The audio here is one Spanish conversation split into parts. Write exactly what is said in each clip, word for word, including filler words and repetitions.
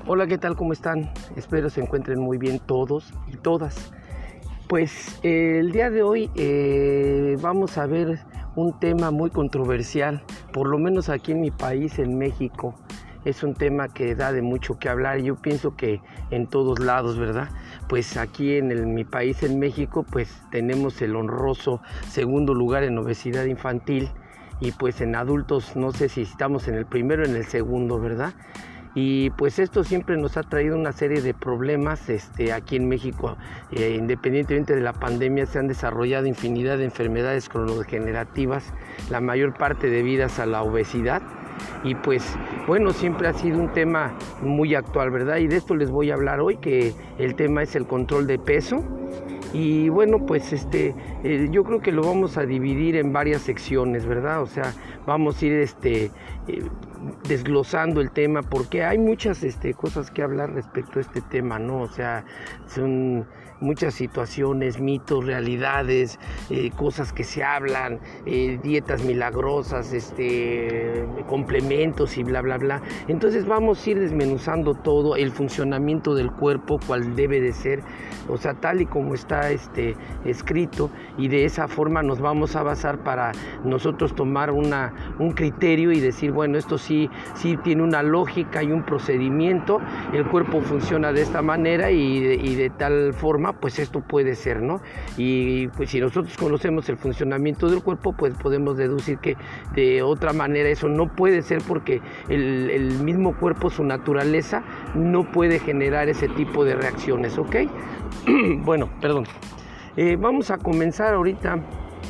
Hola, ¿qué tal? ¿Cómo están? Espero se encuentren muy bien todos y todas. Pues eh, el día de hoy eh, vamos a ver un tema muy controversial, por lo menos aquí en mi país, en México. Es un tema que da de mucho que hablar. Yo pienso que en todos lados, ¿verdad? Pues aquí en el, mi país, en México, pues tenemos el honroso segundo lugar en obesidad infantil. Y pues en adultos, no sé si estamos en el primero o en el segundo, ¿verdad? Y pues esto siempre nos ha traído una serie de problemas. Este, aquí en México, eh, independientemente de la pandemia, se han desarrollado infinidad de enfermedades cronodegenerativas, la mayor parte debidas a la obesidad. Y pues bueno, siempre ha sido un tema muy actual, ¿verdad? Y de esto les voy a hablar hoy, que el tema es el control de peso. Y bueno, pues este, eh, yo creo que lo vamos a dividir en varias secciones, ¿verdad? O sea, vamos a ir este, eh, desglosando el tema, porque hay muchas este, cosas que hablar respecto a este tema, ¿no? O sea, son muchas situaciones, mitos, realidades, eh, cosas que se hablan, eh, dietas milagrosas, este, complementos y bla, bla, bla. Entonces vamos a ir desmenuzando todo, el funcionamiento del cuerpo, cuál debe de ser, o sea, tal y como está este, escrito, y de esa forma nos vamos a basar para nosotros tomar una, un criterio y decir, bueno, esto sí, sí tiene una lógica y un procedimiento, el cuerpo funciona de esta manera y de, y de tal forma, pues esto puede ser, ¿no? Y pues si nosotros conocemos el funcionamiento del cuerpo, pues podemos deducir que de otra manera eso no puede ser, porque el, el mismo cuerpo, su naturaleza, no puede generar ese tipo de reacciones, ¿ok? Bueno, perdón. Eh, vamos a comenzar ahorita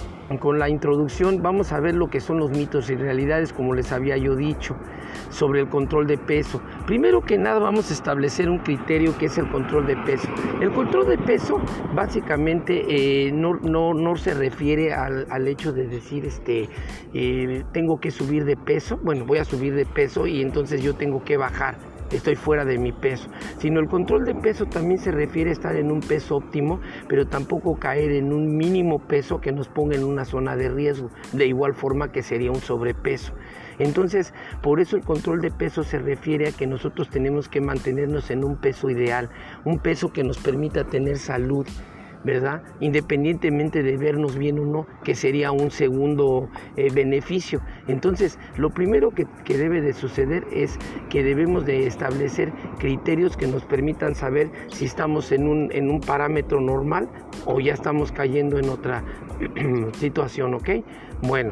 con la introducción. Vamos a ver lo que son los mitos y realidades, como les había yo dicho, sobre el control de peso. Primero que nada vamos a establecer un criterio, que es el control de peso. El control de peso básicamente eh, no, no, no se refiere al, al hecho de decir este, eh, tengo que subir de peso, bueno, voy a subir de peso y entonces yo tengo que bajar, estoy fuera de mi peso, sino el control de peso también se refiere a estar en un peso óptimo, pero tampoco caer en un mínimo peso que nos ponga en una zona de riesgo, de igual forma que sería un sobrepeso. Entonces, por eso el control de peso se refiere a que nosotros tenemos que mantenernos en un peso ideal, un peso que nos permita tener salud, ¿verdad? Independientemente de vernos bien o no, que sería un segundo eh, beneficio. Entonces, lo primero que, que debe de suceder es que debemos de establecer criterios que nos permitan saber si estamos en un, en un parámetro normal o ya estamos cayendo en otra situación, ¿ok? Bueno,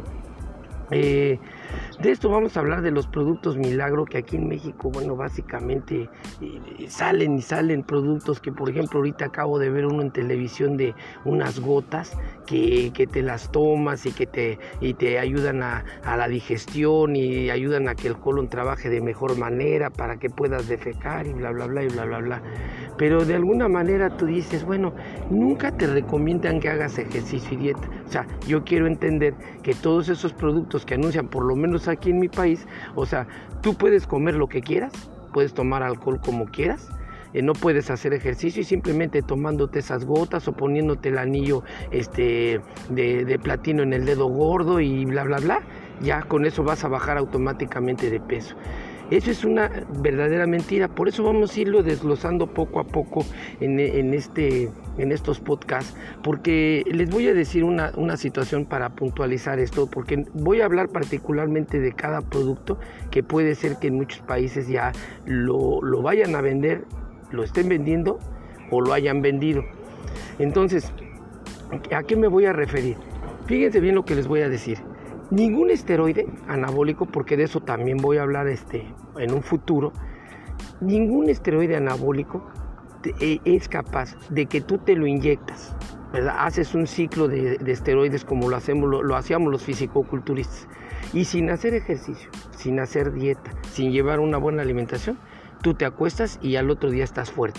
eh, de esto vamos a hablar de los productos milagro, que aquí en México, bueno, básicamente eh, salen y salen productos que, por ejemplo, ahorita acabo de ver uno en televisión de unas gotas que, que te las tomas y que te, y te ayudan a, a la digestión y ayudan a que el colon trabaje de mejor manera para que puedas defecar y bla, bla, bla, y bla, bla, bla. Pero de alguna manera tú dices, bueno, nunca te recomiendan que hagas ejercicio y dieta. O sea, yo quiero entender que todos esos productos que anuncian, por lo menos aquí en mi país, o sea, tú puedes comer lo que quieras, puedes tomar alcohol como quieras, eh, no puedes hacer ejercicio y simplemente tomándote esas gotas o poniéndote el anillo este, de, de platino en el dedo gordo y bla, bla, bla, ya con eso vas a bajar automáticamente de peso. Eso es una verdadera mentira, por eso vamos a irlo desglosando poco a poco en, en, este, en estos podcasts, porque les voy a decir una, una situación para puntualizar esto, porque voy a hablar particularmente de cada producto, que puede ser que en muchos países ya lo, lo vayan a vender, lo estén vendiendo o lo hayan vendido. Entonces, ¿a qué me voy a referir? Fíjense bien lo que les voy a decir. Ningún esteroide anabólico, porque de eso también voy a hablar este, en un futuro, ningún esteroide anabólico te, es capaz de que tú te lo inyectas, ¿verdad? Haces un ciclo de, de esteroides como lo, hacemos, lo, lo hacíamos los fisicoculturistas, y sin hacer ejercicio, sin hacer dieta, sin llevar una buena alimentación, tú te acuestas y al otro día estás fuerte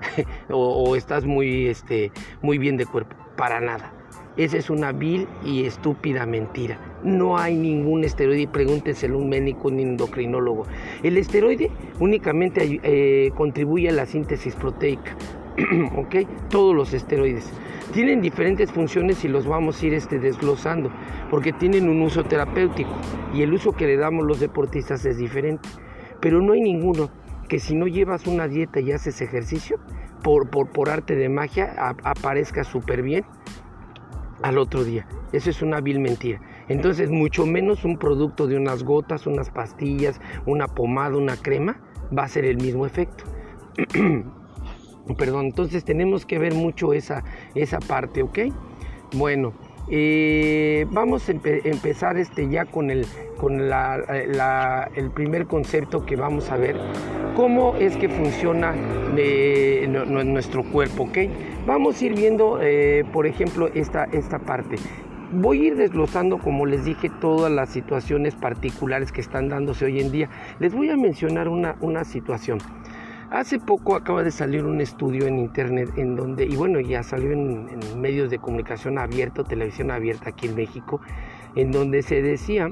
o, o estás muy, este, muy bien de cuerpo. Para nada. Esa es una vil y estúpida mentira. No hay ningún esteroide, y pregúntenselo a un médico, un endocrinólogo. El esteroide únicamente eh, contribuye a la síntesis proteica. ¿Ok? Todos los esteroides tienen diferentes funciones y los vamos a ir este, desglosando, porque tienen un uso terapéutico y el uso que le damos los deportistas es diferente. Pero no hay ninguno que si no llevas una dieta y haces ejercicio, por, por, por arte de magia a, aparezca súper bien al otro día. Eso es una vil mentira. Entonces, mucho menos un producto de unas gotas, unas pastillas, una pomada, una crema, va a ser el mismo efecto. Perdón, entonces tenemos que ver mucho esa, esa parte, ¿ok? Bueno, eh, vamos a empe- empezar este ya con, el, con la, la, el primer concepto que vamos a ver. ¿Cómo es que funciona eh, no, no, nuestro cuerpo, ok? Vamos a ir viendo, eh, por ejemplo, esta, esta parte. Voy a ir desglosando, como les dije, todas las situaciones particulares que están dándose hoy en día. Les voy a mencionar una, una situación. Hace poco acaba de salir un estudio en internet en donde, y bueno, ya salió en, en medios de comunicación abierto, televisión abierta aquí en México, en donde se decía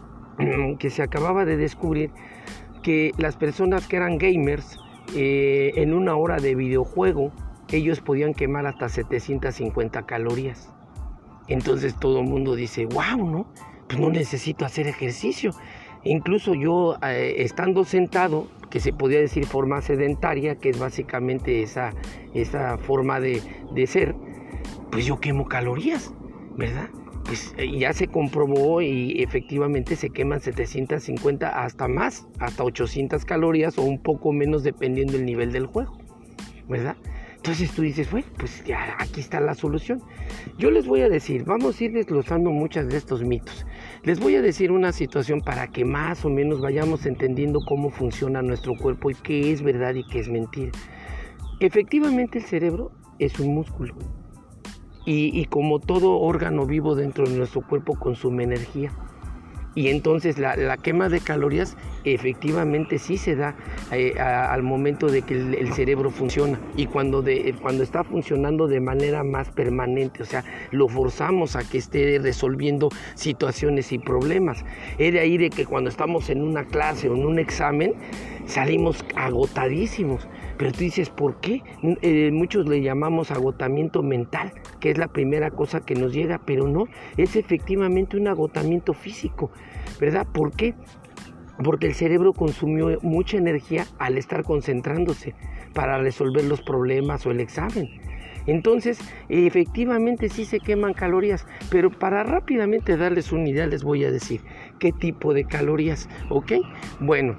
que se acababa de descubrir que las personas que eran gamers, eh, en una hora de videojuego, ellos podían quemar hasta setecientas cincuenta calorías. Entonces todo el mundo dice, wow, ¿no? Pues no necesito hacer ejercicio. Incluso yo, eh, estando sentado, que se podría decir forma sedentaria, que es básicamente esa, esa forma de, de ser, pues yo quemo calorías, ¿verdad? Pues ya se comprobó y efectivamente se queman setecientas cincuenta hasta más, hasta ochocientas calorías o un poco menos dependiendo del nivel del juego, ¿verdad? Entonces tú dices, bueno, pues ya aquí está la solución. Yo les voy a decir, vamos a ir desglosando muchos de estos mitos. Les voy a decir una situación para que más o menos vayamos entendiendo cómo funciona nuestro cuerpo y qué es verdad y qué es mentira. Efectivamente el cerebro es un músculo y, y como todo órgano vivo dentro de nuestro cuerpo consume energía. Y entonces la, la quema de calorías efectivamente sí se da eh, a, al momento de que el, el cerebro funciona y cuando, de, cuando está funcionando de manera más permanente, o sea, lo forzamos a que esté resolviendo situaciones y problemas. Es de ahí de que cuando estamos en una clase o en un examen salimos agotadísimos. Pero tú dices, ¿por qué? Eh, muchos le llamamos agotamiento mental, que es la primera cosa que nos llega, pero no, es efectivamente un agotamiento físico, ¿verdad? ¿Por qué? Porque el cerebro consumió mucha energía al estar concentrándose para resolver los problemas o el examen. Entonces, efectivamente sí se queman calorías, pero para rápidamente darles una idea les voy a decir qué tipo de calorías, ¿ok? Bueno,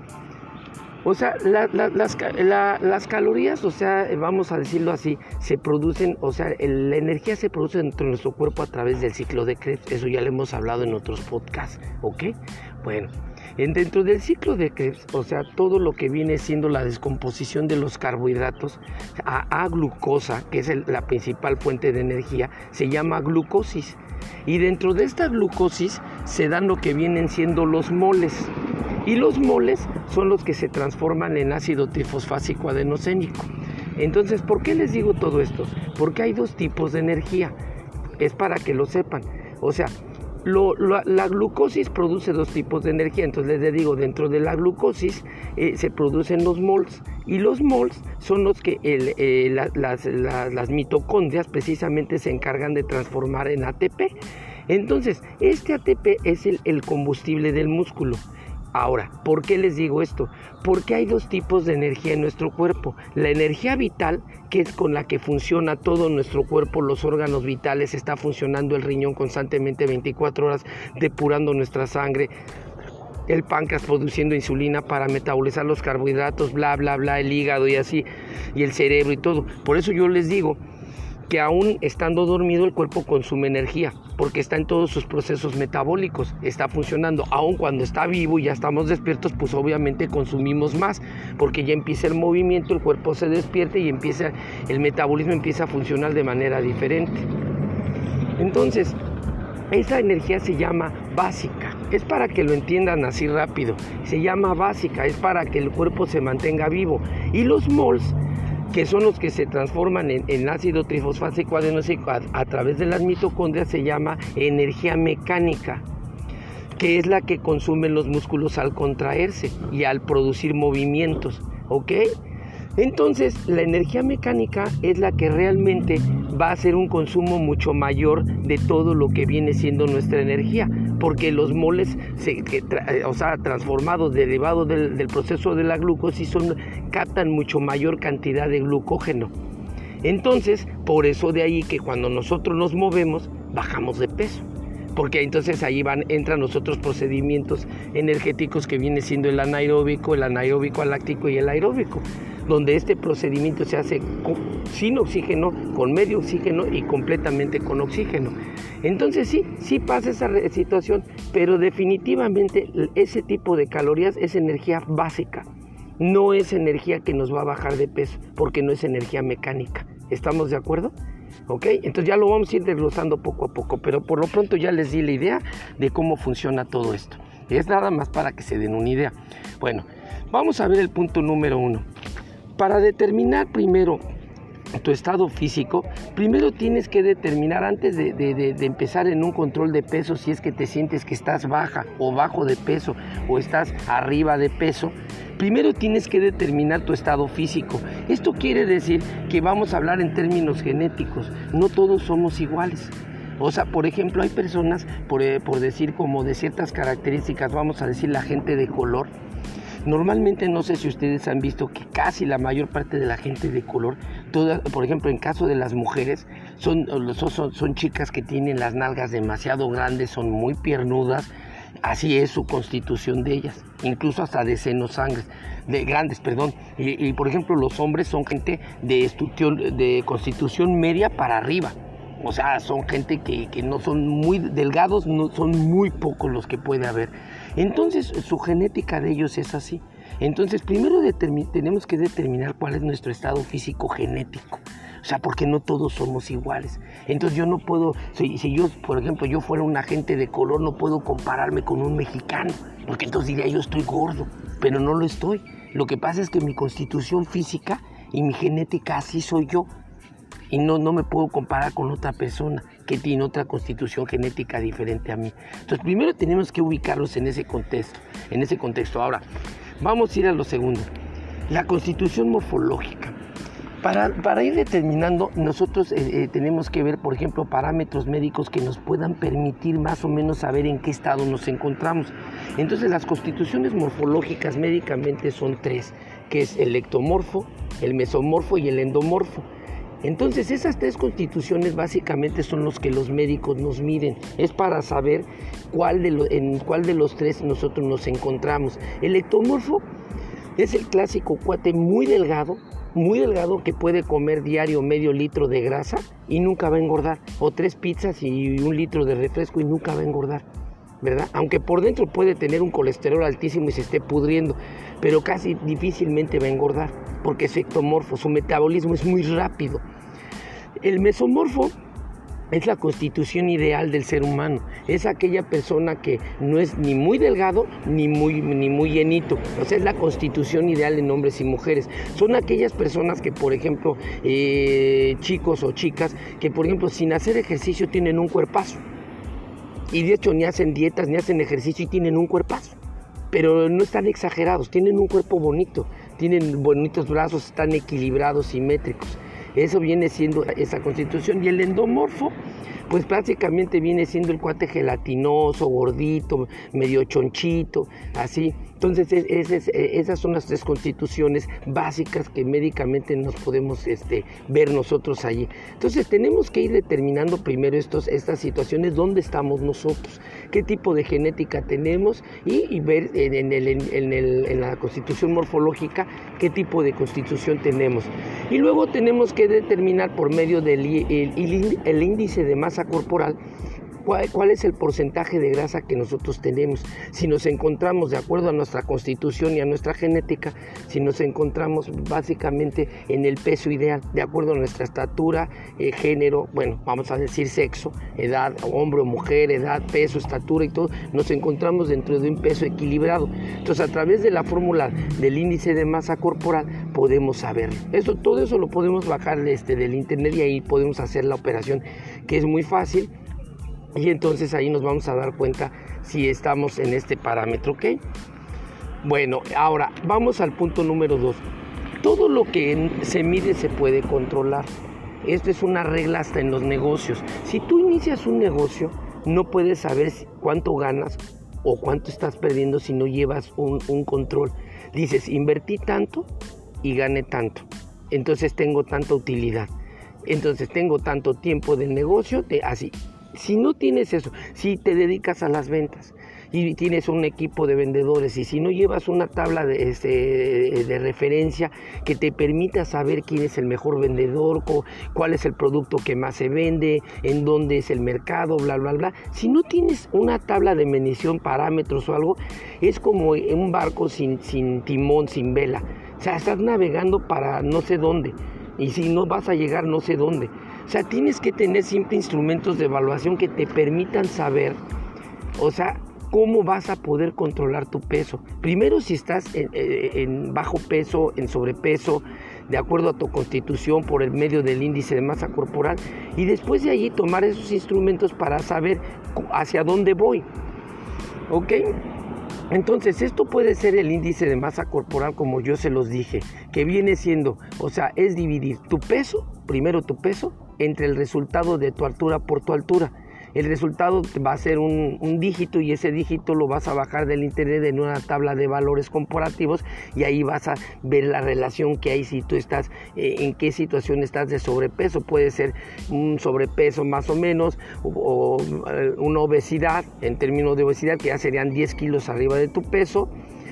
o sea, la, la, las, la, las calorías, o sea, vamos a decirlo así, se producen, o sea, el, la energía se produce dentro de nuestro cuerpo a través del ciclo de Krebs. Eso ya lo hemos hablado en otros podcasts, ¿ok? Bueno, en, dentro del ciclo de Krebs, o sea, todo lo que viene siendo la descomposición de los carbohidratos a, a glucosa, que es el, la principal fuente de energía, se llama glucosis. Y dentro de esta glucosis se dan lo que vienen siendo los moles. Y los moles son los que se transforman en ácido trifosfásico adenocénico. Entonces, ¿por qué les digo todo esto? Porque hay dos tipos de energía. Es para que lo sepan. O sea, lo, lo, la glucosis produce dos tipos de energía. Entonces les digo, dentro de la glucosis eh, se producen los mols. Y los mols son los que el, eh, la, las, la, las mitocondrias precisamente se encargan de transformar en A T P. Entonces, este A T P es el, el combustible del músculo. Ahora, ¿por qué les digo esto? Porque hay dos tipos de energía en nuestro cuerpo. La energía vital, que es con la que funciona todo nuestro cuerpo, los órganos vitales, está funcionando el riñón constantemente veinticuatro horas, depurando nuestra sangre, el páncreas produciendo insulina para metabolizar los carbohidratos, bla, bla, bla, el hígado y así, y el cerebro y todo. Por eso yo les digo que aún estando dormido el cuerpo consume energía, porque está en todos sus procesos metabólicos, está funcionando. Aún cuando está vivo y ya estamos despiertos, pues obviamente consumimos más, porque ya empieza el movimiento, el cuerpo se despierta y empieza, el metabolismo empieza a funcionar de manera diferente. Entonces, esa energía se llama básica, es para que lo entiendan así rápido, se llama básica, es para que el cuerpo se mantenga vivo. Y los mols, que son los que se transforman en, en ácido trifosfásico adenocénico a, a través de las mitocondrias, se llama energía mecánica, que es la que consumen los músculos al contraerse y al producir movimientos, ¿ok? Entonces, la energía mecánica es la que realmente va a ser un consumo mucho mayor de todo lo que viene siendo nuestra energía, porque los moles, se, que tra, o sea, transformados, derivados del, del proceso de la glucosis, son, captan mucho mayor cantidad de glucógeno. Entonces, por eso de ahí que cuando nosotros nos movemos, bajamos de peso. Porque entonces ahí van, entran los otros procedimientos energéticos que viene siendo el anaeróbico, el anaeróbico aláctico y el aeróbico, donde este procedimiento se hace con, sin oxígeno, con medio oxígeno y completamente con oxígeno. Entonces sí, sí pasa esa situación, pero definitivamente ese tipo de calorías es energía básica, no es energía que nos va a bajar de peso, porque no es energía mecánica. ¿Estamos de acuerdo? ¿Ok? Entonces ya lo vamos a ir desglosando poco a poco, pero por lo pronto ya les di la idea de cómo funciona todo esto. Es nada más para que se den una idea. Bueno, vamos a ver el punto número uno. Para determinar primero tu estado físico, primero tienes que determinar, antes de, de, de, de empezar en un control de peso, si es que te sientes que estás baja o bajo de peso o estás arriba de peso, primero tienes que determinar tu estado físico. Esto quiere decir que vamos a hablar en términos genéticos, no todos somos iguales. O sea, por ejemplo, hay personas, por, por decir como de ciertas características, vamos a decir la gente de color. Normalmente, no sé si ustedes han visto que casi la mayor parte de la gente de color, todas, por ejemplo, en caso de las mujeres, son, son, son chicas que tienen las nalgas demasiado grandes, son muy piernudas, así es su constitución de ellas, incluso hasta de senos sangres, de grandes, perdón. Y, y por ejemplo, los hombres son gente de, de constitución media para arriba. O sea, son gente que, que no son muy delgados, no son muy pocos los que puede haber. Entonces, su genética de ellos es así. Entonces, primero tenemos que determinar cuál es nuestro estado físico genético. O sea, porque no todos somos iguales. Entonces, yo no puedo, si, si yo, por ejemplo, yo fuera una gente de color, no puedo compararme con un mexicano, porque entonces diría, yo estoy gordo, pero no lo estoy. Lo que pasa es que mi constitución física y mi genética, así soy yo. Y no, no me puedo comparar con otra persona que tiene otra constitución genética diferente a mí. Entonces, primero tenemos que ubicarlos en ese contexto. En ese contexto. Ahora, vamos a ir a lo segundo. La constitución morfológica. Para, para ir determinando, nosotros eh, eh, tenemos que ver, por ejemplo, parámetros médicos que nos puedan permitir más o menos saber en qué estado nos encontramos. Entonces, las constituciones morfológicas médicamente son tres, que es el ectomorfo, el mesomorfo y el endomorfo. Entonces, esas tres constituciones básicamente son los que los médicos nos miden. Es para saber cuál de lo, en cuál de los tres nosotros nos encontramos. El ectomorfo es el clásico cuate muy delgado, muy delgado que puede comer diario medio litro de grasa y nunca va a engordar. O tres pizzas y un litro de refresco y nunca va a engordar, ¿verdad? Aunque por dentro puede tener un colesterol altísimo y se esté pudriendo, pero casi difícilmente va a engordar, porque es ectomorfo, su metabolismo es muy rápido. El mesomorfo es la constitución ideal del ser humano, es aquella persona que no es ni muy delgado ni muy, ni muy llenito, o sea, es la constitución ideal en hombres y mujeres. Son aquellas personas que, por ejemplo, eh, chicos o chicas, que por ejemplo sin hacer ejercicio tienen un cuerpazo. Y de hecho ni hacen dietas, ni hacen ejercicio y tienen un cuerpazo. Pero no están exagerados, tienen un cuerpo bonito, tienen bonitos brazos, están equilibrados, simétricos. Eso viene siendo esa constitución. Y el endomorfo, pues prácticamente viene siendo el cuate gelatinoso, gordito, medio chonchito, así. Entonces es, es, esas son las tres constituciones básicas que médicamente nos podemos este, ver nosotros allí. Entonces tenemos que ir determinando primero estos, estas situaciones, dónde estamos nosotros, qué tipo de genética tenemos y, y ver en, en, el, en, el, en la constitución morfológica qué tipo de constitución tenemos. Y luego tenemos que determinar por medio del el, el, el índice de masa corporal ¿Cuál, ¿Cuál es el porcentaje de grasa que nosotros tenemos? Si nos encontramos de acuerdo a nuestra constitución y a nuestra genética, si nos encontramos básicamente en el peso ideal, de acuerdo a nuestra estatura, eh, género, bueno, vamos a decir sexo, edad, hombre o mujer, edad, peso, estatura y todo, nos encontramos dentro de un peso equilibrado. Entonces, a través de la fórmula del índice de masa corporal podemos saberlo. Eso, todo eso lo podemos bajar este, del internet y ahí podemos hacer la operación, que es muy fácil. Y entonces ahí nos vamos a dar cuenta si estamos en este parámetro, ¿ok? Bueno, ahora vamos al punto número dos. Todo lo que se mide se puede controlar. Esto es una regla hasta en los negocios. Si tú inicias un negocio, no puedes saber cuánto ganas o cuánto estás perdiendo si no llevas un, un control. Dices, invertí tanto y gané tanto, entonces tengo tanta utilidad, entonces tengo tanto tiempo del negocio, de, así. Si no tienes eso, si te dedicas a las ventas y tienes un equipo de vendedores y si no llevas una tabla de, este, de referencia que te permita saber quién es el mejor vendedor, cuál es el producto que más se vende, en dónde es el mercado, bla, bla, bla. Si no tienes una tabla de medición, parámetros o algo, es como un barco sin, sin timón, sin vela. O sea, estás navegando para no sé dónde y si no vas a llegar no sé dónde. O sea, tienes que tener siempre instrumentos de evaluación que te permitan saber, o sea, cómo vas a poder controlar tu peso. Primero, si estás en, en bajo peso, en sobrepeso, de acuerdo a tu constitución por el medio del índice de masa corporal, y después de allí tomar esos instrumentos para saber hacia dónde voy. ¿Ok? Entonces, esto puede ser el índice de masa corporal, como yo se los dije, que viene siendo, o sea, es dividir tu peso, primero tu peso, entre el resultado de tu altura por tu altura. El resultado va a ser un, un dígito y ese dígito lo vas a bajar del internet en una tabla de valores comparativos y ahí vas a ver la relación que hay si tú estás, eh, en qué situación estás de sobrepeso. Puede ser un sobrepeso más o menos o, o una obesidad, en términos de obesidad, que ya serían diez kilos arriba de tu peso.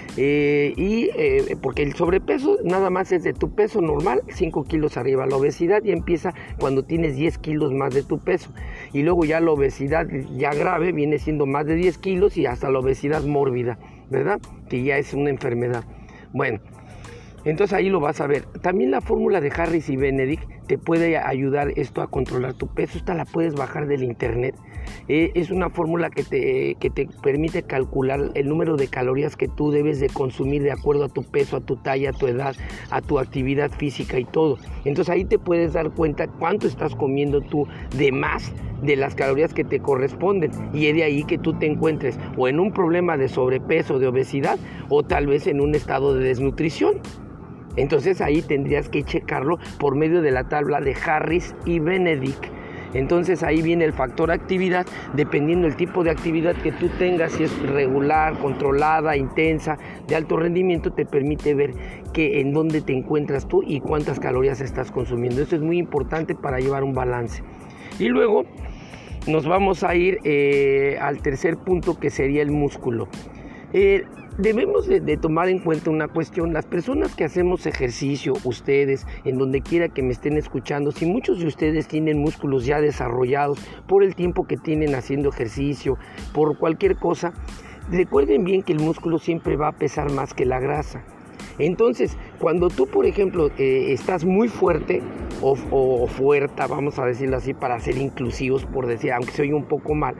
Eh, y eh, porque el sobrepeso nada más es de tu peso normal, cinco kilos arriba. La obesidad ya empieza cuando tienes diez kilos más de tu peso, y luego ya la obesidad ya grave viene siendo más de diez kilos y hasta la obesidad mórbida, ¿verdad? Que ya es una enfermedad. Bueno, entonces ahí lo vas a ver. También la fórmula de Harris y Benedict te puede ayudar esto a controlar tu peso. Esta la puedes bajar del internet. Eh, es una fórmula que te, que te permite calcular el número de calorías que tú debes de consumir de acuerdo a tu peso, a tu talla, a tu edad, a tu actividad física y todo. Entonces ahí te puedes dar cuenta cuánto estás comiendo tú de más de las calorías que te corresponden, y es de ahí que tú te encuentres o en un problema de sobrepeso, de obesidad, o tal vez en un estado de desnutrición. Entonces ahí tendrías que checarlo por medio de la tabla de Harris y Benedict. Entonces ahí viene el factor actividad, dependiendo del tipo de actividad que tú tengas, si es regular, controlada, intensa, de alto rendimiento, te permite ver que, en dónde te encuentras tú y cuántas calorías estás consumiendo. Esto es muy importante para llevar un balance. Y luego nos vamos a ir eh, al tercer punto, que sería el músculo. Eh, Debemos de, de tomar en cuenta una cuestión. Las personas que hacemos ejercicio, ustedes, en donde quiera que me estén escuchando, si muchos de ustedes tienen músculos ya desarrollados por el tiempo que tienen haciendo ejercicio, por cualquier cosa, recuerden bien que el músculo siempre va a pesar más que la grasa. Entonces, cuando tú, por ejemplo, eh, estás muy fuerte o, o fuerte, vamos a decirlo así para ser inclusivos, por decir, aunque se oye un poco mal,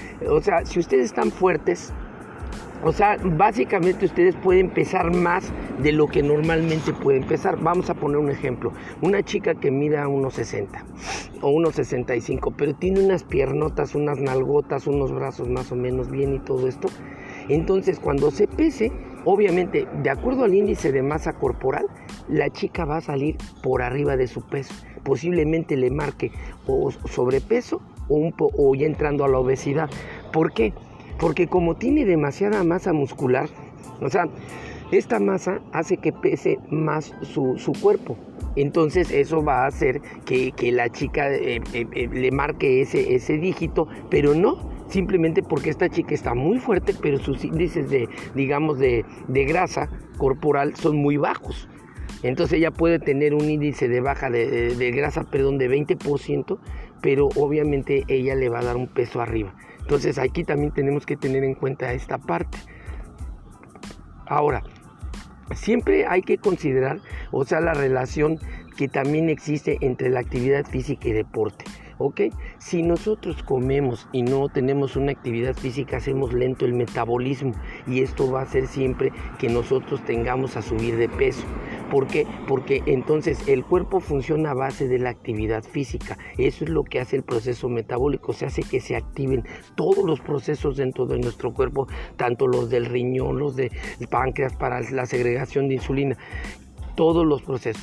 o sea, si ustedes están fuertes, o sea, básicamente ustedes pueden pesar más de lo que normalmente pueden pesar. Vamos a poner un ejemplo. Una chica que mida unos sesenta o unos sesenta y cinco, pero tiene unas piernotas, unas nalgotas, unos brazos más o menos bien y todo esto. Entonces, cuando se pese, obviamente, de acuerdo al índice de masa corporal, la chica va a salir por arriba de su peso. Posiblemente le marque o sobrepeso o, un po- o ya entrando a la obesidad. ¿Por qué? Porque como tiene demasiada masa muscular, o sea, esta masa hace que pese más su, su cuerpo. Entonces eso va a hacer que, que la chica eh, eh, eh, le marque ese, ese dígito, pero no, simplemente porque esta chica está muy fuerte, pero sus índices de, digamos, de, de grasa corporal son muy bajos. Entonces ella puede tener un índice de baja de, de, de grasa, perdón, de veinte por ciento, pero obviamente ella le va a dar un peso arriba. Entonces aquí también tenemos que tener en cuenta esta parte. Ahora, siempre hay que considerar, o sea, la relación que también existe entre la actividad física y deporte. ¿Ok? Si nosotros comemos y no tenemos una actividad física, hacemos lento el metabolismo y esto va a hacer siempre que nosotros tengamos a subir de peso. ¿Por qué? Porque entonces el cuerpo funciona a base de la actividad física. Eso es lo que hace el proceso metabólico, se hace que se activen todos los procesos dentro de nuestro cuerpo, tanto los del riñón, los del páncreas para la segregación de insulina, todos los procesos.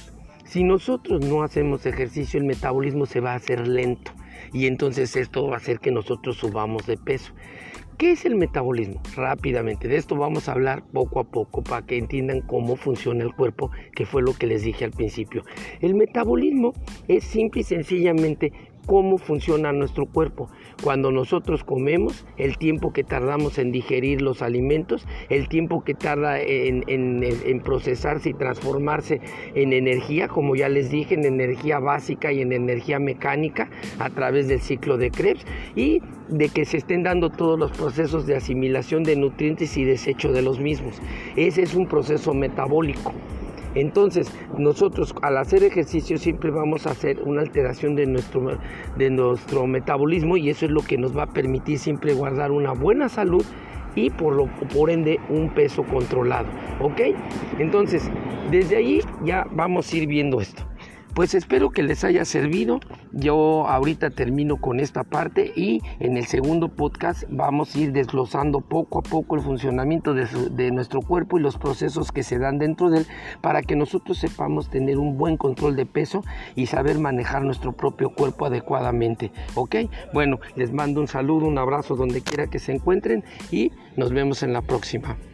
Si nosotros no hacemos ejercicio, el metabolismo se va a hacer lento y entonces esto va a hacer que nosotros subamos de peso. ¿Qué es el metabolismo? Rápidamente, de esto vamos a hablar poco a poco para que entiendan cómo funciona el cuerpo, que fue lo que les dije al principio. El metabolismo es simple y sencillamente cómo funciona nuestro cuerpo. Cuando nosotros comemos, el tiempo que tardamos en digerir los alimentos, el tiempo que tarda en, en, en procesarse y transformarse en energía, como ya les dije, en energía básica y en energía mecánica a través del ciclo de Krebs, y de que se estén dando todos los procesos de asimilación de nutrientes y desecho de los mismos. Ese es un proceso metabólico. Entonces, nosotros al hacer ejercicio siempre vamos a hacer una alteración de nuestro, de nuestro metabolismo, y eso es lo que nos va a permitir siempre guardar una buena salud y por, lo, por ende un peso controlado, ¿ok? Entonces, desde ahí ya vamos a ir viendo esto. Pues espero que les haya servido. Yo ahorita termino con esta parte y en el segundo podcast vamos a ir desglosando poco a poco el funcionamiento de, su, de nuestro cuerpo y los procesos que se dan dentro de él, para que nosotros sepamos tener un buen control de peso y saber manejar nuestro propio cuerpo adecuadamente, ¿ok? Bueno, les mando un saludo, un abrazo donde quiera que se encuentren y nos vemos en la próxima.